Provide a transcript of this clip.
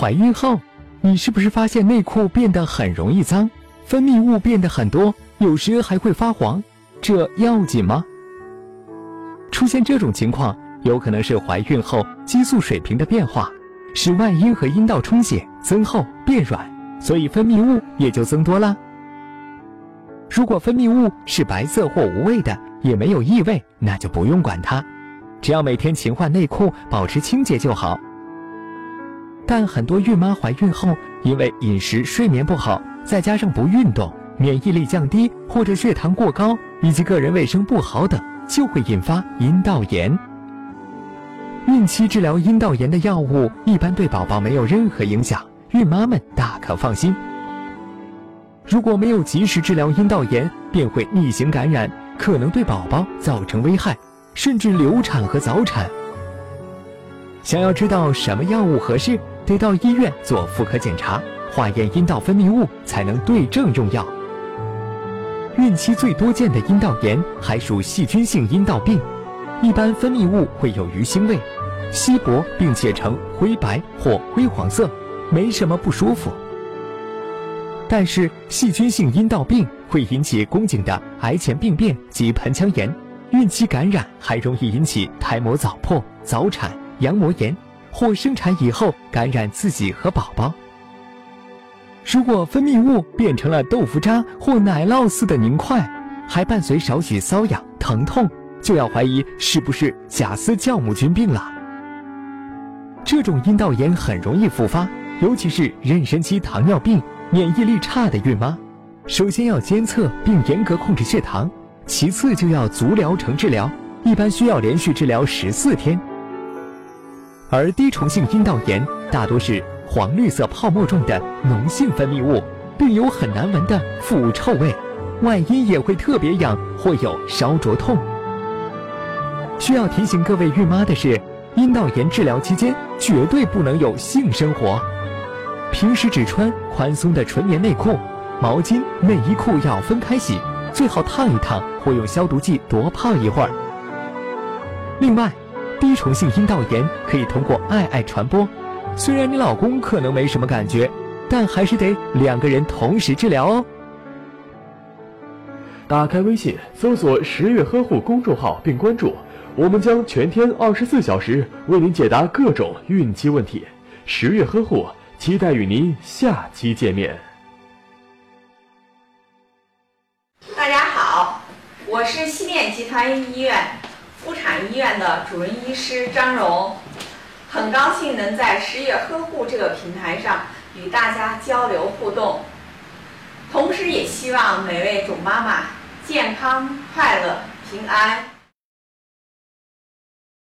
怀孕后，你是不是发现内裤变得很容易脏，分泌物变得很多，有时还会发黄？这要紧吗？出现这种情况，有可能是怀孕后激素水平的变化，使外阴和阴道充血、增厚、变软，所以分泌物也就增多了。如果分泌物是白色或无味的，也没有异味，那就不用管它，只要每天勤换内裤，保持清洁就好。但很多孕妈怀孕后，因为饮食、睡眠不好，再加上不运动，免疫力降低或者血糖过高，以及个人卫生不好等，就会引发阴道炎。孕期治疗阴道炎的药物一般对宝宝没有任何影响，孕妈们大可放心。如果没有及时治疗阴道炎，便会逆行感染，可能对宝宝造成危害，甚至流产和早产。想要知道什么药物合适，得到医院做妇科检查，化验阴道分泌物，才能对症用药。孕期最多见的阴道炎还属细菌性阴道病，一般分泌物会有鱼腥味，稀薄并且呈灰白或灰黄色，没什么不舒服。但是细菌性阴道病会引起宫颈的癌前病变及盆腔炎，孕期感染还容易引起胎膜早破、早产、羊膜炎，或生产以后感染自己和宝宝。如果分泌物变成了豆腐渣或奶酪似的凝块，还伴随少许瘙痒、疼痛，就要怀疑是不是贾斯酵母菌病了。这种阴道炎很容易复发，尤其是妊娠期糖尿病、免疫力差的孕妈。首先要监测并严格控制血糖，其次就要足疗程治疗，一般需要连续治疗14天。而滴虫性阴道炎大多是黄绿色泡沫状的脓性分泌物，并有很难闻的腐臭味，外阴也会特别痒或有烧灼痛。需要提醒各位孕妈的是，阴道炎治疗期间绝对不能有性生活，平时只穿宽松的纯棉内裤，毛巾、内衣裤要分开洗，最好烫一烫或用消毒剂多泡一会儿。另外，滴虫性阴道炎可以通过爱传播，虽然你老公可能没什么感觉，但还是得2个人同时治疗哦。 打开微信，搜索10月呵护公众号并关注，我们将全天24小时为您解答各种孕期问题。10月呵护，期待与您下期见面。 大家好，我是西电集团医院妇产医院的主任医师张荣，很高兴能在10月呵护这个平台上与大家交流互动，同时也希望每位准妈妈健康、快乐、平安。